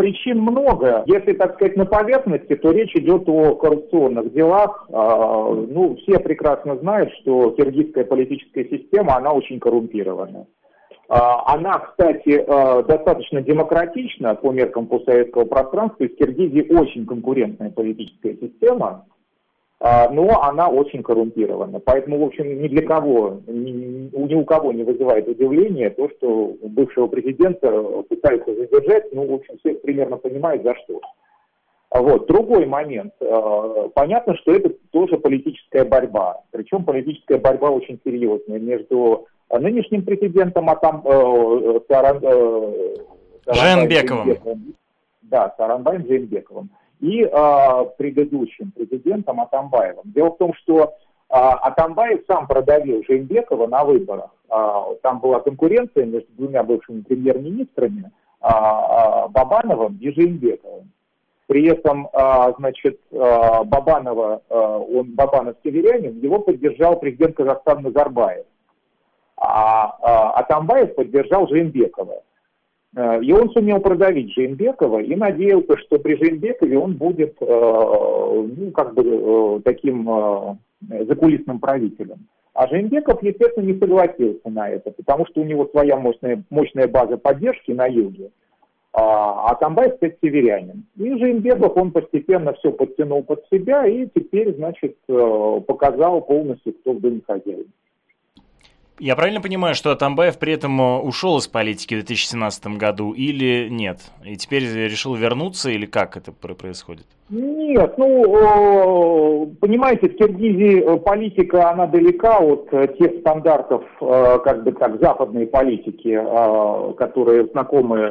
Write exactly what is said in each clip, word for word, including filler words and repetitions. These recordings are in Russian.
причин много. Если, так сказать, на поверхности, то речь идет о коррупционных делах. Ну, все прекрасно знают, что киргизская политическая система, она очень коррумпирована. Она, кстати, достаточно демократична по меркам постсоветского пространства. То есть в Киргизии очень конкурентная политическая система, но она очень коррумпирована. Поэтому, в общем, ни для кого, ни, ни у кого не вызывает удивления то, что бывшего президента пытаются задержать. Ну, в общем, все примерно понимают, за что. Вот. Другой момент. Понятно, что это тоже политическая борьба. Причем политическая борьба очень серьезная между нынешним президентом Атам, э, Саран, э, Жээнбековым. Да, Сооронбаем Жээнбековым. И э, предыдущим президентом Атамбаевым. Дело в том, что э, Атамбаев сам продавил Жээнбекова на выборах. Э, там была конкуренция между двумя бывшими премьер-министрами, э, э, Бабановым и Жээнбековым. При этом, э, значит, э, Бабанова, э, он Бабанов северянин, его поддержал президент Казахстана Назарбаев. А, а Атамбаев поддержал Жээнбекова. И он сумел продавить Жээнбекова и надеялся, что при Жээнбекове он будет, ну, как бы, таким закулисным правителем. А Жээнбеков, естественно, не согласился на это, потому что у него своя мощная, мощная база поддержки на юге. А Атамбаев, кстати, северянин. И Жээнбеков, он постепенно все подтянул под себя и теперь, значит, показал полностью, кто в доме хозяин. Я правильно понимаю, что Атамбаев при этом ушел из политики в две тысячи семнадцатом году или нет? И теперь решил вернуться, или как это происходит? Нет, ну, понимаете, в Киргизии политика, она далека от тех стандартов, как бы так, западной политики, которые знакомы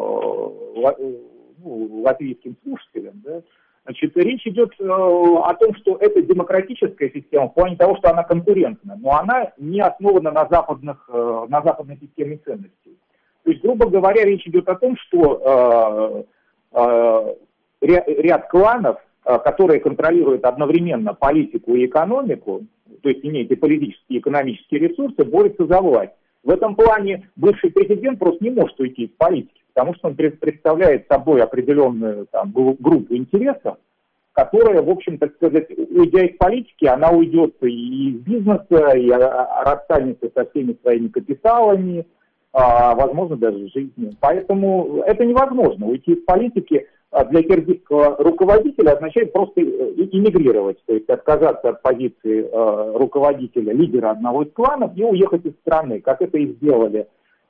латвийским слушателям, да? Значит, речь идет э, о том, что это демократическая система в плане того, что она конкурентна, но она не основана на, западных, э, на западной системе ценностей. То есть, грубо говоря, речь идет о том, что э, э, ряд кланов, э, которые контролируют одновременно политику и экономику, то есть имеют и политические, и экономические ресурсы, борются за власть. В этом плане бывший президент просто не может уйти из политики, потому что он представляет собой определенную там, группу интересов, которая, в общем, так сказать, уйдя из политики, она уйдет и из бизнеса, и расстанется со всеми своими капиталами, а, возможно, даже жизнью. Поэтому это невозможно. Уйти из политики для киргизского руководителя означает просто эмигрировать, то есть отказаться от позиции э, руководителя, лидера одного из кланов и уехать из страны, как это и сделали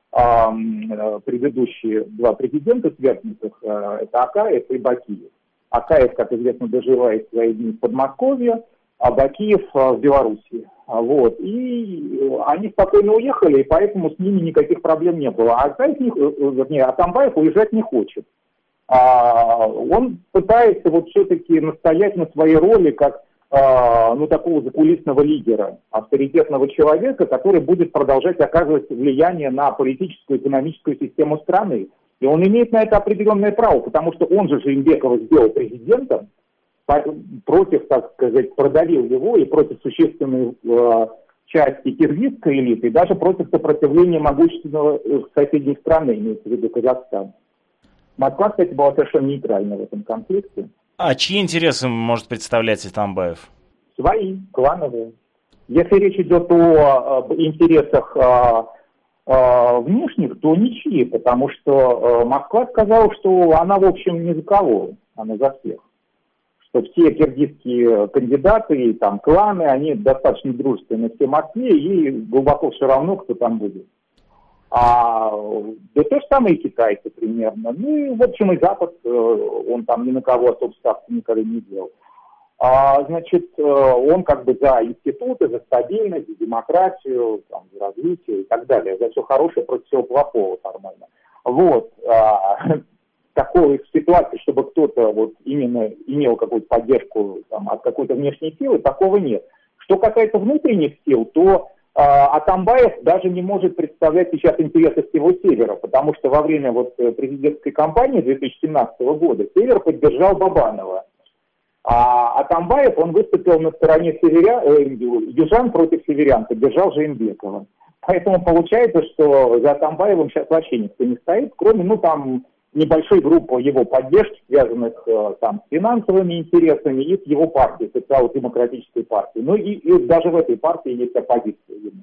э, предыдущие два президента свергнутых, э, это Акаев и Бакиев. Акаев, как известно, доживает свои дни в Подмосковье, а Бакиев э, в Белоруссии. Вот. И они спокойно уехали, и поэтому с ними никаких проблем не было. А Акаев, не, вернее, Атамбаев уезжать не хочет. А, он пытается вот все-таки настоять на своей роли как а, ну, такого закулисного лидера, авторитетного человека, который будет продолжать оказывать влияние на политическую и экономическую систему страны. И он имеет на это определенное право, потому что он же Жээнбекова сделал президентом, против, так сказать, продавил его и против существенной а, части киргизской элиты, и даже против сопротивления могущественного соседней страны, имеется в виду Казахстан. Москва, кстати, была совершенно нейтральна в этом конфликте. А чьи интересы может представлять Атамбаев? Свои, клановые. Если речь идет о, об интересах а, а, внешних, то ничьи, потому что а, Москва сказала, что она, в общем, не за кого, она за всех. Что все киргизские кандидаты и там кланы, они достаточно дружественны все Москве, и глубоко все равно, кто там будет. А да то же самое и китайцы примерно. Ну и, в общем, и Запад, он там ни на кого особо ставки никогда не делал. А, значит, он как бы за институты, за стабильность, за демократию, там, за развитие и так далее. За все хорошее против всего плохого нормально. Вот. А, такой ситуации, чтобы кто-то вот именно имел какую-то поддержку там, от какой-то внешней силы, такого нет. Что касается внутренних сил, то Атамбаев даже не может представлять сейчас интересы всего Севера, потому что во время вот президентской кампании две тысячи семнадцатого года Север поддержал Бабанова. А Атамбаев, он выступил на стороне северя, э, южан против северян, поддержал Жээнбекова. Поэтому получается, что за Атамбаевым сейчас вообще никто не стоит, кроме, ну, там, небольшой группы его поддержки, связанных э, там с финансовыми интересами, и с его партией, социал-демократической партией. Ну и, и даже в этой партии есть оппозиция ему.